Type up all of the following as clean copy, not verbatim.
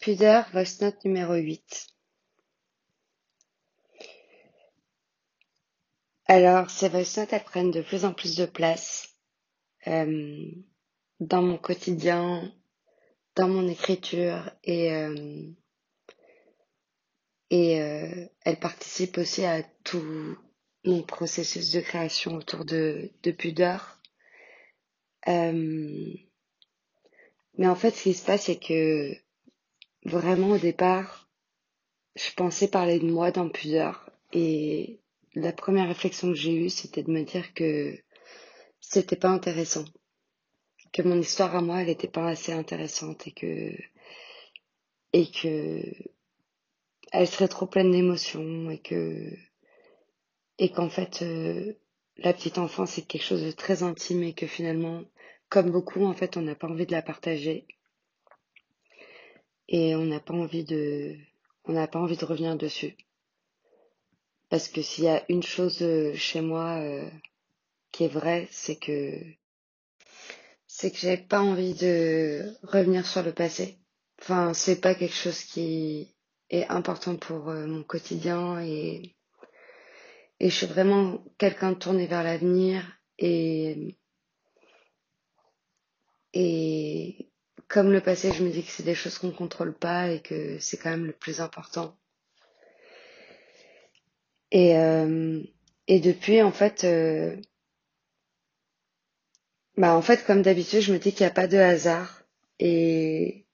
Pudeur, voice note numéro 8. Alors, ces voice notes, elles prennent de plus en plus de place euh, dans mon quotidien, dans mon écriture et elles participent aussi à tout mon processus de création autour de Pudeur. Euh, mais en fait, ce qui se passe, c'est que vraiment au départ, je pensais parler de moi dans Pudeur et la première réflexion que j'ai eue, c'était de me dire que c'était pas intéressant, que mon histoire à moi, elle était pas assez intéressante et que elle serait trop pleine d'émotions et qu'en fait la petite enfance c'est quelque chose de très intime et que finalement, comme beaucoup, en fait, on n'a pas envie de la partager et on n'a pas envie de revenir dessus. Parce que s'il y a une chose chez moi qui est vraie, c'est que j'ai pas envie de revenir sur le passé. Enfin, c'est pas quelque chose qui est important pour mon quotidien et je suis vraiment quelqu'un de tourné vers l'avenir et comme le passé, je me dis que c'est des choses qu'on contrôle pas et que c'est quand même le plus important. Et, euh, et depuis, en fait, comme d'habitude, je me dis qu'il n'y a pas de hasard et,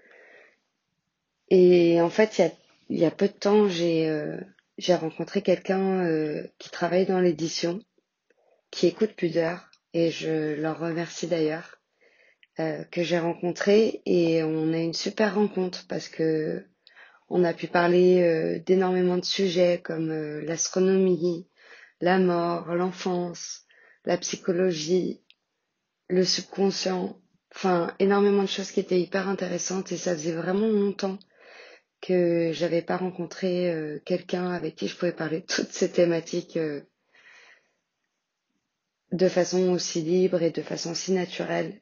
et en fait, il y a peu de temps, j'ai rencontré quelqu'un qui travaille dans l'édition, qui écoute Pudeur, et je leur remercie d'ailleurs, que j'ai rencontré, et on a eu une super rencontre parce que on a pu parler d'énormément de sujets comme l'astronomie, la mort, l'enfance, la psychologie, le subconscient, enfin énormément de choses qui étaient hyper intéressantes et ça faisait vraiment longtemps que j'avais pas rencontré quelqu'un avec qui je pouvais parler de toutes ces thématiques de façon aussi libre et de façon aussi naturelle.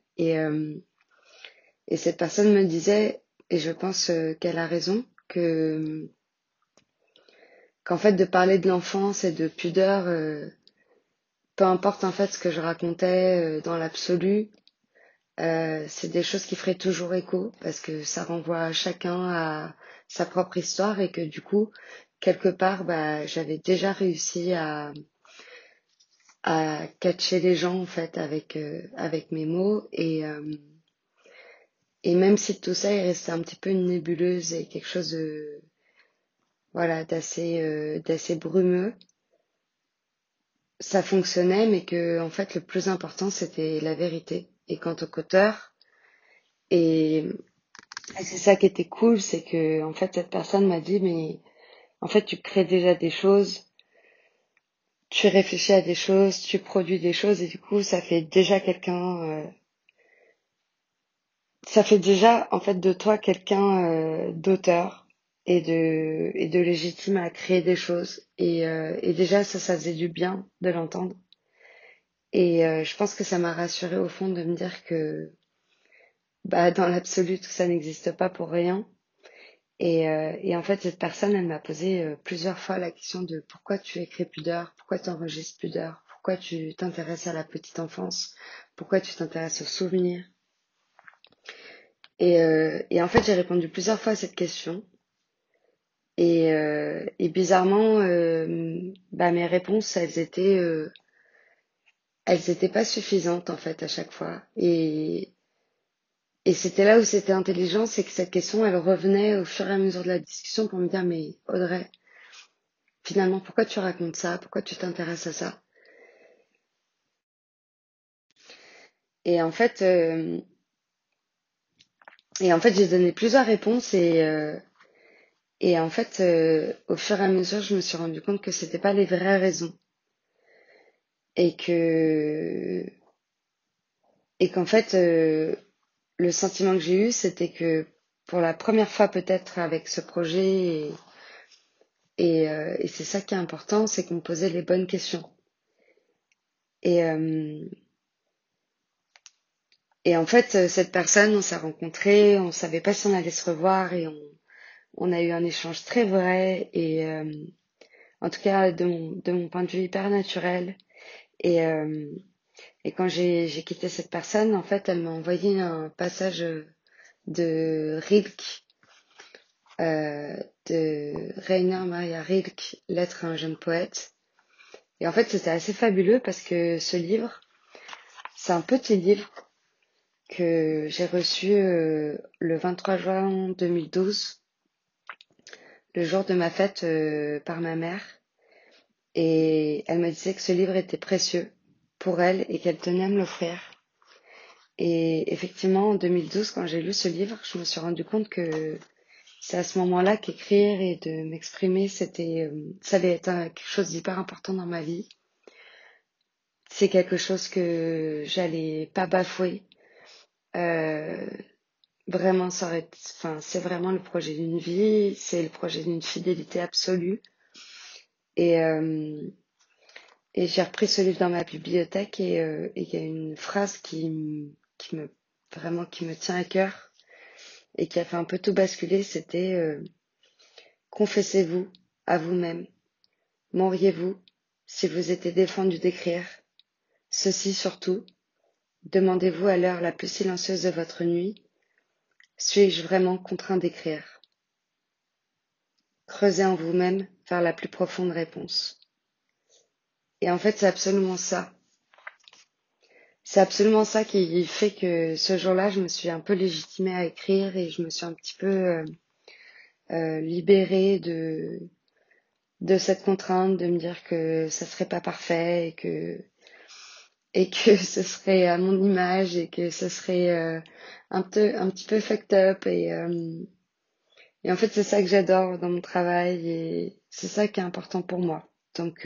Et cette personne me disait, et je pense qu'elle a raison, qu'en fait de parler de l'enfance et de pudeur, peu importe en fait ce que je racontais dans l'absolu, c'est des choses qui feraient toujours écho parce que ça renvoie chacun à sa propre histoire et que du coup, quelque part, bah, j'avais déjà réussi à catcher les gens en fait avec mes mots et même si tout ça est resté un petit peu une nébuleuse et quelque chose de voilà d'assez brumeux, ça fonctionnait mais que en fait le plus important c'était la vérité. Et quant au auteur et c'est ça qui était cool, c'est que en fait cette personne m'a dit mais en fait tu crées déjà des choses, tu réfléchis à des choses, tu produis des choses et du coup ça fait déjà en fait de toi quelqu'un d'auteur et de légitime à créer des choses et déjà ça faisait du bien de l'entendre et je pense que ça m'a rassurée au fond de me dire que bah dans l'absolu tout ça n'existe pas pour rien et en fait cette personne elle m'a posé plusieurs fois la question de pourquoi tu écris Pudeur, pourquoi tu enregistres Pudeur, pourquoi tu t'intéresses à la petite enfance, pourquoi tu t'intéresses aux souvenirs et en fait j'ai répondu plusieurs fois à cette question. Et bizarrement, bah, mes réponses, elles étaient pas suffisantes en fait à chaque fois. Et c'était là où c'était intelligent, c'est que cette question, elle revenait au fur et à mesure de la discussion pour me dire, mais Audrey, finalement, pourquoi tu racontes ça? Pourquoi tu t'intéresses à ça? Et en fait, euh, et en fait, j'ai donné plusieurs réponses et en fait, au fur et à mesure, je me suis rendu compte que c'était pas les vraies raisons et que et qu'en fait, le sentiment que j'ai eu, c'était que pour la première fois peut-être avec ce projet, et c'est ça qui est important, c'est qu'on me posait les bonnes questions. Et, euh, Et en fait, cette personne, on s'est rencontrés, on savait pas si on allait se revoir et on a eu un échange très vrai et en tout cas de mon point de vue hyper naturel. Et, euh, et quand j'ai quitté cette personne, en fait, elle m'a envoyé un passage de Rilke, euh, de Rainer Maria Rilke, Lettre à un jeune poète. Et en fait, c'était assez fabuleux parce que ce livre, c'est un petit livre que j'ai reçu le 23 juin 2012, le jour de ma fête par ma mère. Et elle me disait que ce livre était précieux pour elle et qu'elle tenait à me l'offrir. Et effectivement, en 2012, quand j'ai lu ce livre, je me suis rendu compte que c'est à ce moment-là qu'écrire et de m'exprimer, ça allait être quelque chose d'hyper important dans ma vie. C'est quelque chose que j'allais pas bafouer. Euh, Vraiment, enfin, c'est vraiment le projet d'une vie, c'est le projet d'une fidélité absolue. Et, euh, et j'ai repris ce livre dans ma bibliothèque et il y a une phrase qui me, vraiment, qui me tient à cœur et qui a fait un peu tout basculer, c'était confessez-vous à vous-même, m'auriez-vous, si vous étiez défendu d'écrire, ceci surtout, demandez-vous à l'heure la plus silencieuse de votre nuit, suis-je vraiment contraint d'écrire? Creusez en vous-même vers la plus profonde réponse. Et en fait, c'est absolument ça. C'est absolument ça qui fait que ce jour-là, je me suis un peu légitimée à écrire et je me suis un petit peu libérée de cette contrainte de me dire que ça serait pas parfait et que ce serait à mon image et que ce serait un petit peu fucked up et en fait c'est ça que j'adore dans mon travail et c'est ça qui est important pour moi. Donc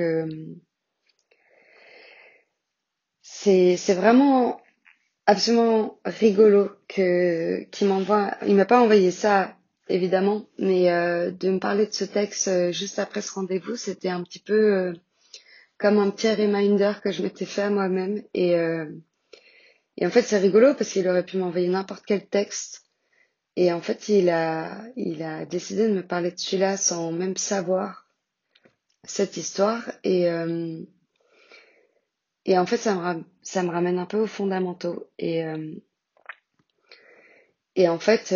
c'est vraiment absolument rigolo que qu'il m'envoie. Il m'a pas envoyé ça évidemment, mais de me parler de ce texte juste après ce rendez-vous, c'était un petit peu comme un petit reminder que je m'étais fait à moi-même. Et en fait, c'est rigolo parce qu'il aurait pu m'envoyer n'importe quel texte. Et en fait, il a décidé de me parler de celui-là sans même savoir cette histoire. Et en fait, ça me ramène un peu aux fondamentaux. Et en fait,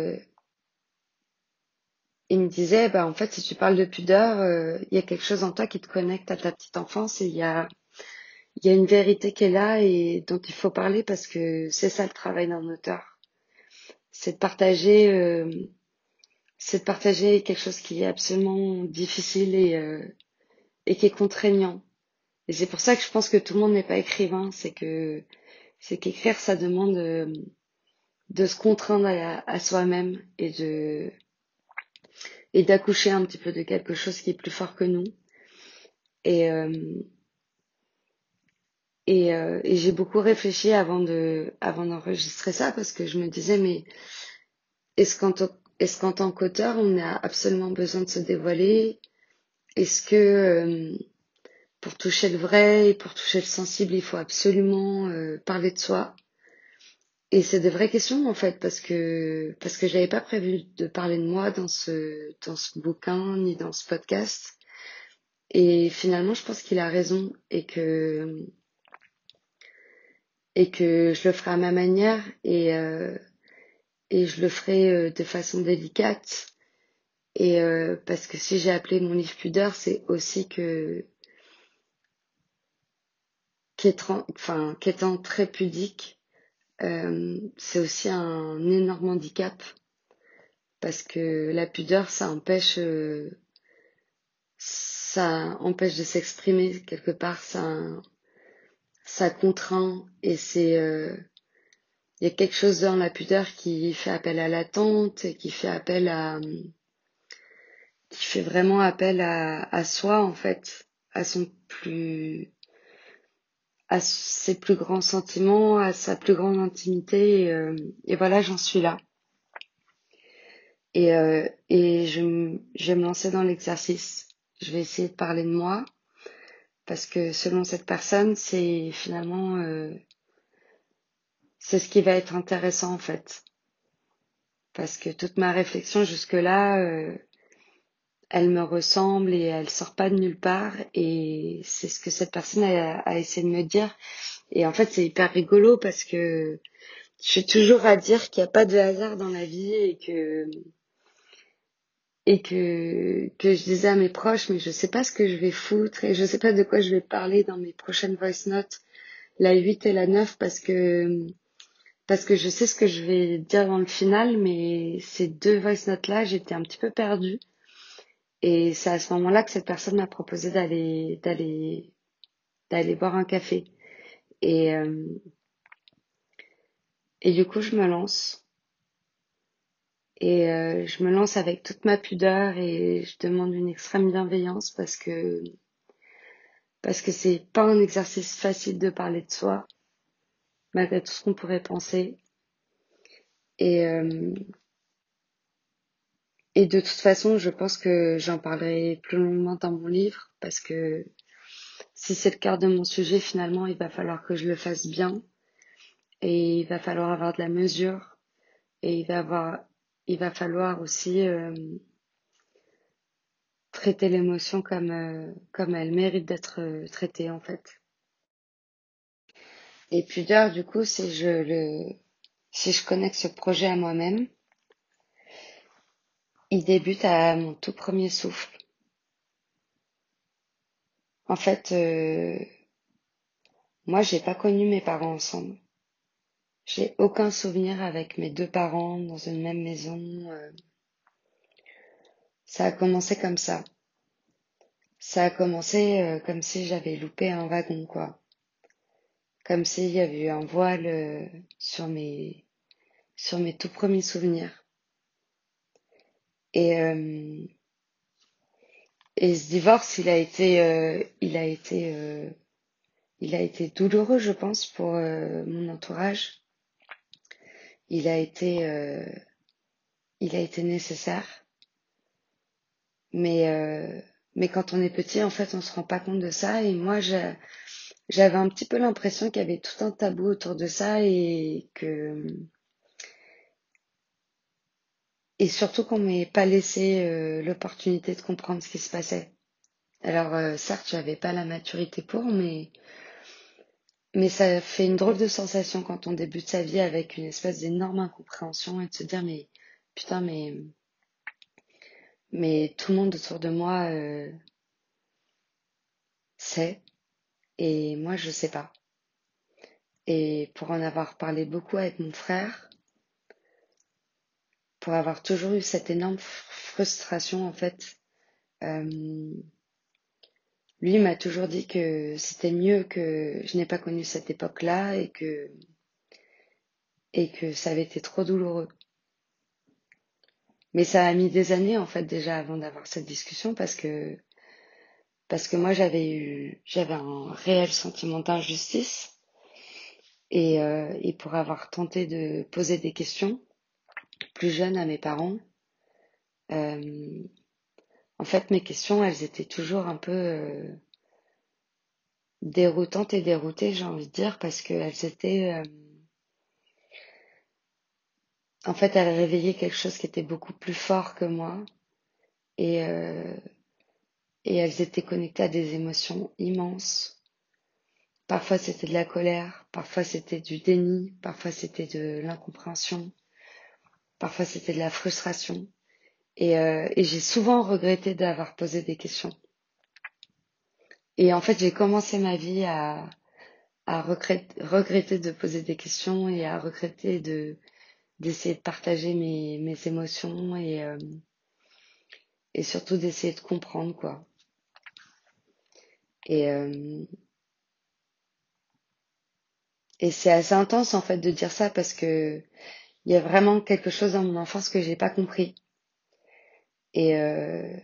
il me disait, bah, en fait, si tu parles de pudeur, il y a quelque chose en toi qui te connecte à ta petite enfance et il y a une vérité qui est là et dont il faut parler parce que c'est ça le travail d'un auteur. C'est de partager, euh, c'est de partager quelque chose qui est absolument difficile et qui est contraignant. Et c'est pour ça que je pense que tout le monde n'est pas écrivain, c'est qu'écrire ça demande de se contraindre à soi-même et d'accoucher un petit peu de quelque chose qui est plus fort que nous. Et et j'ai beaucoup réfléchi avant d'enregistrer ça parce que je me disais mais est-ce qu'en tant est-ce qu'en tant qu'auteur on a absolument besoin de se dévoiler? Est-ce que pour toucher le vrai et pour toucher le sensible, il faut absolument parler de soi. Et c'est des vraies questions en fait parce que j'avais pas prévu de parler de moi dans ce bouquin ni dans ce podcast. Et finalement, je pense qu'il a raison et que je le ferai à ma manière et je le ferai de façon délicate. Et parce que si j'ai appelé mon livre Pudeur, c'est aussi que qu'étant très pudique, c'est aussi un énorme handicap parce que la pudeur, ça empêche de s'exprimer quelque part, ça contraint et il y a quelque chose dans la pudeur qui fait appel à l'attente et qui fait vraiment appel à soi en fait, à son plus, à ses plus grands sentiments, à sa plus grande intimité et voilà, j'en suis là. Et je vais me lancer dans l'exercice. Je vais essayer de parler de moi parce que selon cette personne, c'est finalement c'est ce qui va être intéressant en fait. Parce que toute ma réflexion jusque-là, elle me ressemble et elle sort pas de nulle part. Et c'est ce que cette personne a essayé de me dire. Et en fait, c'est hyper rigolo parce que je suis toujours à dire qu'il n'y a pas de hasard dans la vie et que je disais à mes proches, mais je sais pas ce que je vais foutre et je sais pas de quoi je vais parler dans mes prochaines voice notes, la 8 et la 9 parce que je sais ce que je vais dire dans le final, mais ces deux voice notes là, j'étais un petit peu perdue. Et c'est à ce moment-là que cette personne m'a proposé d'aller boire un café. Et, euh, et du coup, je me lance. Et je me lance avec toute ma pudeur et je demande une extrême bienveillance parce que c'est pas un exercice facile de parler de soi, malgré tout ce qu'on pourrait penser. Et, euh, et de toute façon, je pense que j'en parlerai plus longuement dans mon livre parce que si c'est le cœur de mon sujet, finalement, il va falloir que je le fasse bien et il va falloir avoir de la mesure et il va falloir aussi traiter l'émotion comme elle mérite d'être traitée en fait. Et pudeur, du coup, si je connecte ce projet à moi-même, il débute à mon tout premier souffle. En fait, moi, j'ai pas connu mes parents ensemble. J'ai aucun souvenir avec mes deux parents dans une même maison. Ça a commencé comme ça. Ça a commencé comme si j'avais loupé un wagon, quoi. Comme s'il y avait eu un voile sur mes tout premiers souvenirs. Et, euh, et ce divorce, il a été douloureux, je pense, pour mon entourage. Il a été, euh, il a été nécessaire. Mais, euh, mais quand on est petit, en fait, on se rend pas compte de ça. Et moi, j'avais un petit peu l'impression qu'il y avait tout un tabou autour de ça et surtout qu'on m'ait pas laissé l'opportunité de comprendre ce qui se passait. Alors, certes, j'avais pas la maturité pour, mais ça fait une drôle de sensation quand on débute sa vie avec une espèce d'énorme incompréhension et de se dire, mais putain, mais tout le monde autour de moi sait et moi je sais pas. Et pour en avoir parlé beaucoup avec mon frère, pour avoir toujours eu cette énorme frustration en fait, euh, lui m'a toujours dit que c'était mieux que je n'ai pas connu cette époque-là et que ça avait été trop douloureux. Mais ça a mis des années en fait déjà avant d'avoir cette discussion parce que moi j'avais un réel sentiment d'injustice et pour avoir tenté de poser des questions plus jeune à mes parents, euh, en fait mes questions elles étaient toujours un peu déroutantes et déroutées j'ai envie de dire parce qu'elles étaient en fait elles réveillaient quelque chose qui était beaucoup plus fort que moi et, euh, et elles étaient connectées à des émotions immenses. Parfois c'était de la colère, parfois c'était du déni, parfois c'était de l'incompréhension, parfois c'était de la frustration. Et j'ai souvent regretté d'avoir posé des questions. Et en fait, j'ai commencé ma vie à regretter de poser des questions et à regretter d'essayer de partager mes émotions et surtout d'essayer de comprendre, quoi. Et, euh, et c'est assez intense, en fait, de dire ça parce que il y a vraiment quelque chose dans mon enfance que j'ai pas compris. Et, euh,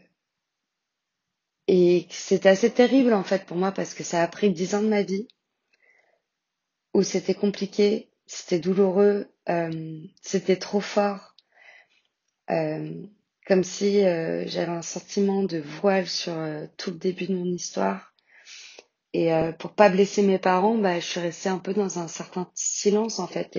et c'était assez terrible, en fait, pour moi parce que ça a pris 10 ans de ma vie où c'était compliqué, c'était douloureux, c'était trop fort, euh, comme si j'avais un sentiment de voile sur tout le début de mon histoire Et pour pas blesser mes parents, bah, je suis restée un peu dans un certain silence en fait.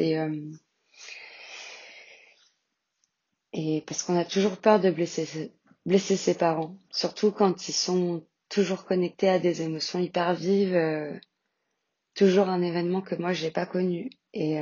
Et parce qu'on a toujours peur de blesser ses parents, surtout quand ils sont toujours connectés à des émotions hyper vives, toujours un événement que moi j'ai pas connu.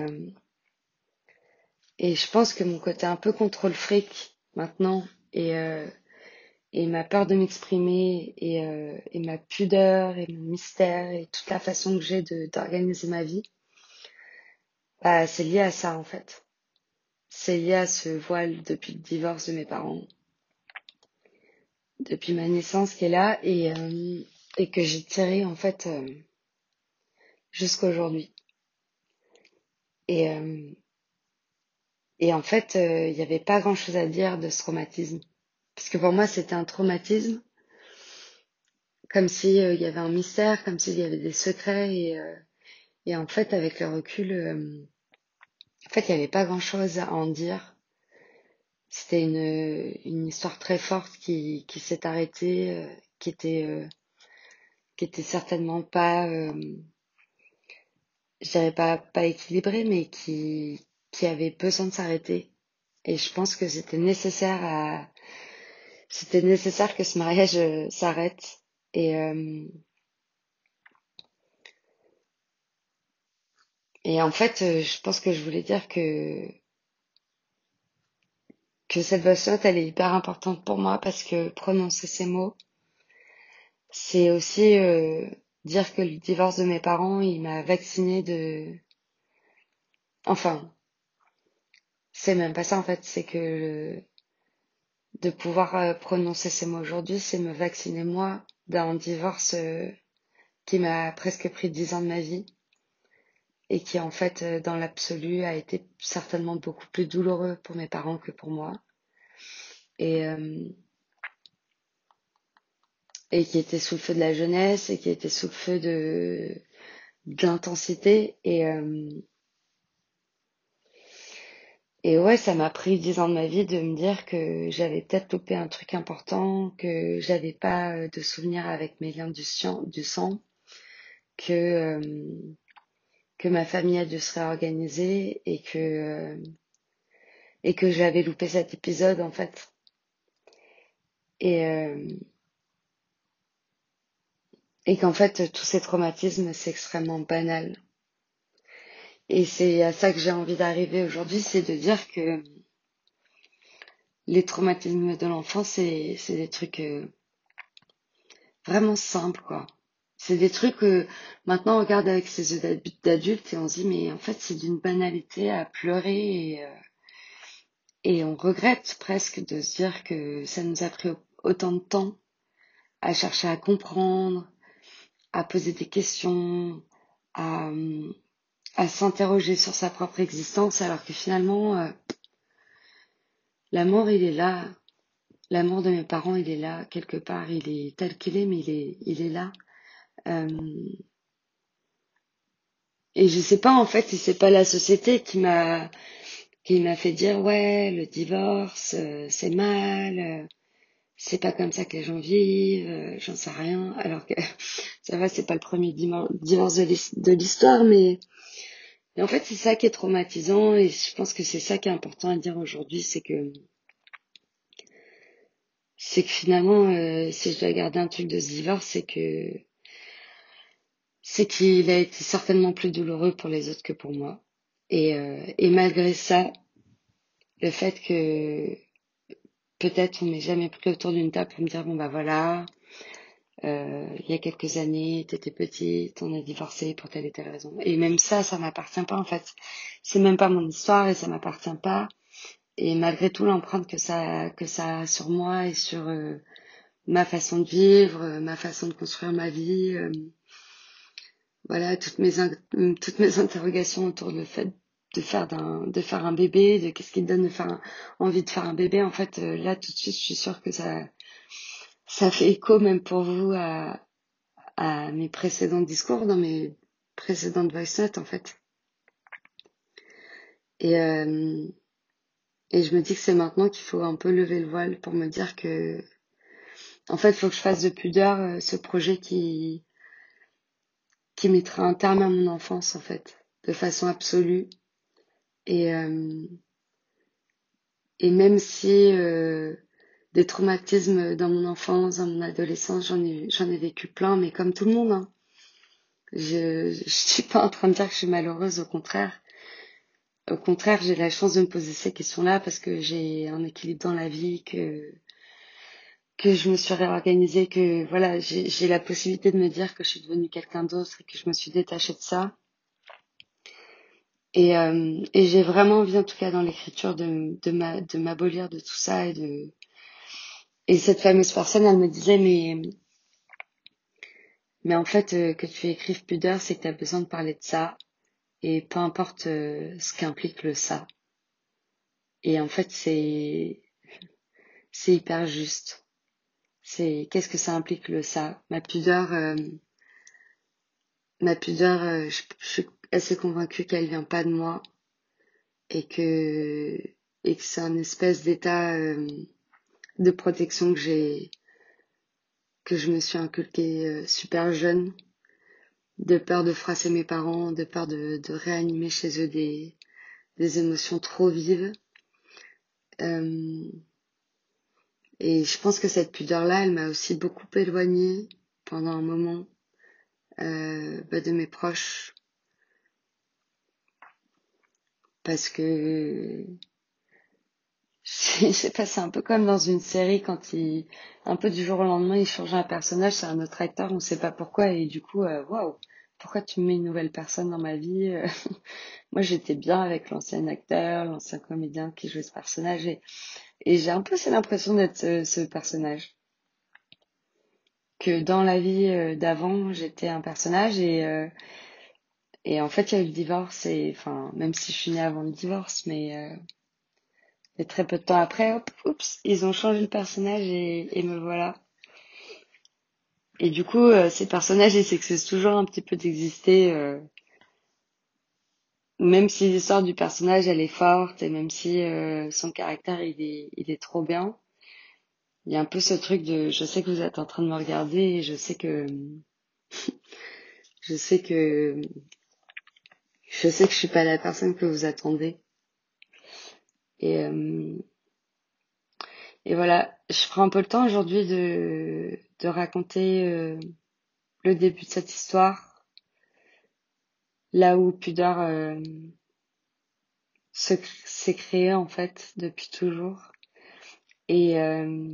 Et je pense que mon côté un peu contrôle fric maintenant et, euh, et ma peur de m'exprimer et ma pudeur et mon mystère et toute la façon que j'ai d'organiser ma vie, bah, c'est lié à ça en fait. C'est lié à ce voile depuis le divorce de mes parents, depuis ma naissance qui est là et que j'ai tiré en fait jusqu'à aujourd'hui. Et, euh, et en fait, il n'y avait pas grand-chose à dire de ce traumatisme. Parce que pour moi, c'était un traumatisme, comme si il y avait un mystère, comme s'il y avait des secrets. Et en fait, avec le recul, en fait, il n'y avait pas grand-chose à en dire. C'était une histoire très forte qui s'est arrêtée, qui était, euh, qui était certainement pas, je dirais pas équilibrée, mais qui avait besoin de s'arrêter. Et je pense que c'était nécessaire que ce mariage s'arrête. Et, euh, et en fait, je pense que je voulais dire que cette voix note, elle est hyper importante pour moi parce que prononcer ces mots, c'est aussi dire que le divorce de mes parents, il m'a vacciné de... Enfin, c'est même pas ça en fait, c'est que de pouvoir prononcer ces mots aujourd'hui, c'est me vacciner moi d'un divorce qui m'a presque pris 10 ans de ma vie et qui en fait, dans l'absolu, a été certainement beaucoup plus douloureux pour mes parents que pour moi et, euh, et qui était sous le feu de la jeunesse et qui était sous le feu de l'intensité et ouais, ça m'a pris 10 ans de ma vie de me dire que j'avais peut-être loupé un truc important, que j'avais pas de souvenirs avec mes liens du sang, que que ma famille a dû se réorganiser et que j'avais loupé cet épisode en fait. Et, euh, et qu'en fait, tous ces traumatismes, c'est extrêmement banal. Et c'est à ça que j'ai envie d'arriver aujourd'hui, c'est de dire que les traumatismes de l'enfance, c'est des trucs vraiment simples, quoi. C'est des trucs que maintenant on regarde avec ses yeux d'adulte et on se dit, mais en fait, c'est d'une banalité à pleurer et on regrette presque de se dire que ça nous a pris autant de temps à chercher à comprendre, à poser des questions, à, à s'interroger sur sa propre existence, alors que finalement, l'amour, il est là. L'amour de mes parents, il est là, quelque part. Il est tel qu'il est, mais il est là. Euh, et je sais pas, en fait, si c'est pas la société qui m'a fait dire, ouais, le divorce, c'est mal, c'est pas comme ça que les gens vivent, j'en sais rien. Alors que, ça va, c'est pas le premier divorce de l'histoire, mais en fait, c'est ça qui est traumatisant et je pense que c'est ça qui est important à dire aujourd'hui, c'est que finalement, si je dois garder un truc de ce divorce, c'est qu'il a été certainement plus douloureux pour les autres que pour moi. Et malgré ça, le fait que peut-être on m'ait jamais pris autour d'une table pour me dire bon bah voilà, il y a quelques années, t'étais petite, on a divorcé pour telle et telle raison. Et même ça m'appartient pas en fait. C'est même pas mon histoire et ça m'appartient pas. Et malgré tout, l'empreinte que ça a sur moi et sur ma façon de vivre, ma façon de construire ma vie, voilà, toutes mes interrogations autour du fait de faire un bébé, de qu'est-ce qui te donne envie de faire un bébé, en fait, là, tout de suite, je suis sûre que ça fait écho même pour vous à mes précédents discours, dans mes précédentes voice notes, en fait. Et, euh, et je me dis que c'est maintenant qu'il faut un peu lever le voile pour me dire que, en fait, il faut que je fasse de pudeur ce projet qui mettra un terme à mon enfance en fait, de façon absolue. Et, euh, et même si des traumatismes dans mon enfance, dans mon adolescence, j'en ai vécu plein, mais comme tout le monde, hein. Je suis pas en train de dire que je suis malheureuse, au contraire. Au contraire, j'ai la chance de me poser ces questions-là parce que j'ai un équilibre dans la vie, que je me suis réorganisée, que voilà, j'ai la possibilité de me dire que je suis devenue quelqu'un d'autre et que je me suis détachée de ça. Et j'ai vraiment envie, en tout cas dans l'écriture, de m'abolir de tout ça et cette fameuse personne, elle me disait, mais en fait, que tu écrives pudeur, c'est que tu as besoin de parler de ça, et peu importe ce qu'implique le ça. Et en fait, c'est hyper juste. C'est qu'est-ce que ça implique le ça? Je suis assez convaincue qu'elle vient pas de moi et que c'est un espèce d'état de protection que je me suis inculqué super jeune, de peur de froisser mes parents, de peur de réanimer chez eux des émotions trop vives. Euh, et je pense que cette pudeur-là, elle m'a aussi beaucoup éloignée pendant un moment de mes proches, parce que je sais pas, c'est un peu comme dans une série quand un peu du jour au lendemain, il change un personnage, c'est un autre acteur, on sait pas pourquoi, et du coup, waouh, pourquoi tu me mets une nouvelle personne dans ma vie? Moi, j'étais bien avec l'ancien acteur, l'ancien comédien qui jouait ce personnage, et j'ai un peu cette l'impression d'être ce personnage. Que dans la vie d'avant, j'étais un personnage, et en fait, il y a eu le divorce, et enfin, même si je suis née avant le divorce, et très peu de temps après, hop, oups, ils ont changé le personnage et me voilà. Et du coup, ces personnages, ils s'excusent toujours un petit peu d'exister, même si l'histoire du personnage, elle est forte, et même si son caractère, il est trop bien. Il y a un peu ce truc de, je sais que vous êtes en train de me regarder, et je sais que, je sais que je suis pas la personne que vous attendez. Et, euh, et voilà, je prends un peu le temps aujourd'hui de raconter le début de cette histoire, là où Pudeur s'est créé en fait depuis toujours. Et, euh,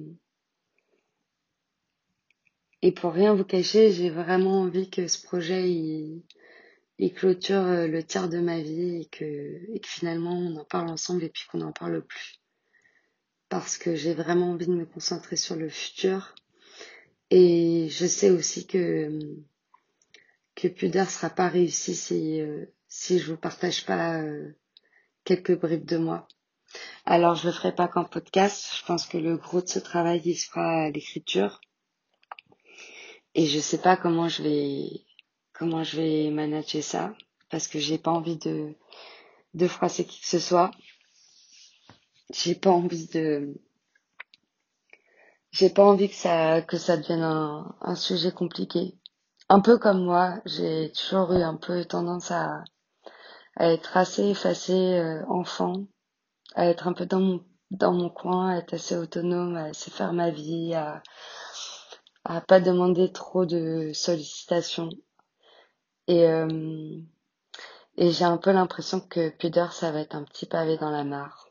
et pour rien vous cacher, j'ai vraiment envie que ce projet il clôture le tiers de ma vie et que finalement on en parle ensemble et puis qu'on n'en parle plus. Parce que j'ai vraiment envie de me concentrer sur le futur. Et je sais aussi que Pudeur sera pas réussi si je vous partage pas quelques bribes de moi. Alors, je le ferai pas qu'en podcast. Je pense que le gros de ce travail, il se fera à l'écriture. Et je sais pas comment je vais manager ça. Parce que j'ai pas envie de froisser qui que ce soit. J'ai pas envie de, j'ai pas envie que ça devienne un sujet compliqué. Un peu comme moi, j'ai toujours eu un peu tendance à être assez effacée, enfant, à être un peu dans mon coin, à être assez autonome, à laisser faire ma vie, à pas demander trop de sollicitations. Et, euh, et j'ai un peu l'impression que Pudeur, ça va être un petit pavé dans la mare.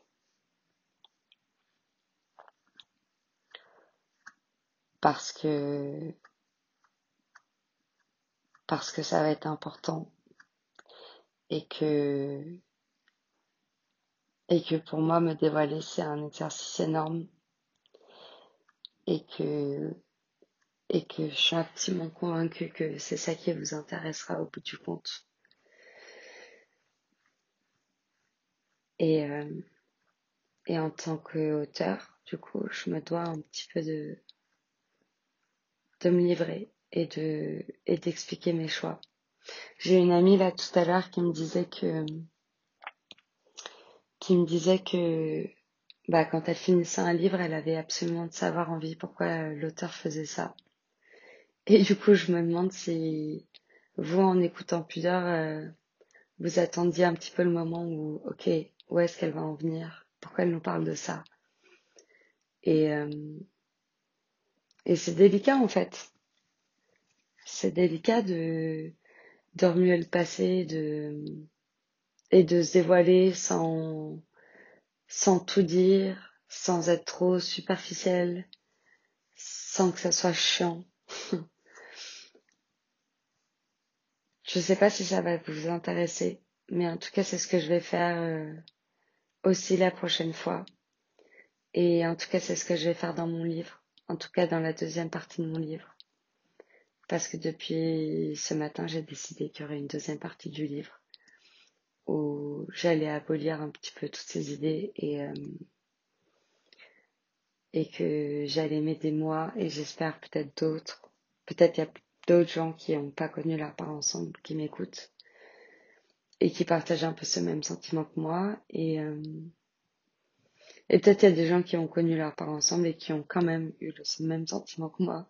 Parce que, parce que ça va être important. Et que, et que pour moi, me dévoiler, c'est un exercice énorme. Et que, et que je suis intimement convaincue que c'est ça qui vous intéressera au bout du compte. Et, euh, et en tant qu'auteur, du coup, je me dois un petit peu de me livrer et d'expliquer mes choix. J'ai une amie là tout à l'heure qui me disait que bah quand elle finissait un livre, elle avait absolument de savoir envie pourquoi l'auteur faisait ça. Et du coup, je me demande si vous, en écoutant Pudeur, vous attendiez un petit peu le moment où, ok, où est-ce qu'elle va en venir? Pourquoi elle nous parle de ça? Et, euh, et c'est délicat en fait. C'est délicat de remuer le passé, et de se dévoiler sans tout dire, sans être trop superficiel, sans que ça soit chiant. Je sais pas si ça va vous intéresser, mais en tout cas, c'est ce que je vais faire aussi la prochaine fois. Et en tout cas, c'est ce que je vais faire dans mon livre. En tout cas, dans la deuxième partie de mon livre. Parce que depuis ce matin, j'ai décidé qu'il y aurait une deuxième partie du livre où j'allais abolir un petit peu toutes ces idées et que j'allais m'aider moi et j'espère peut-être d'autres. Peut-être il y a d'autres gens qui n'ont pas connu leurs parents ensemble qui m'écoutent et qui partagent un peu ce même sentiment que moi. Et peut-être il y a des gens qui ont connu leurs parents ensemble et qui ont quand même eu le même sentiment que moi.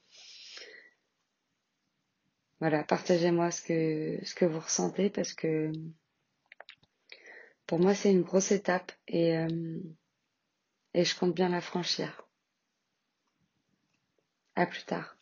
Voilà, partagez-moi ce que vous ressentez parce que pour moi c'est une grosse étape et je compte bien la franchir. À plus tard.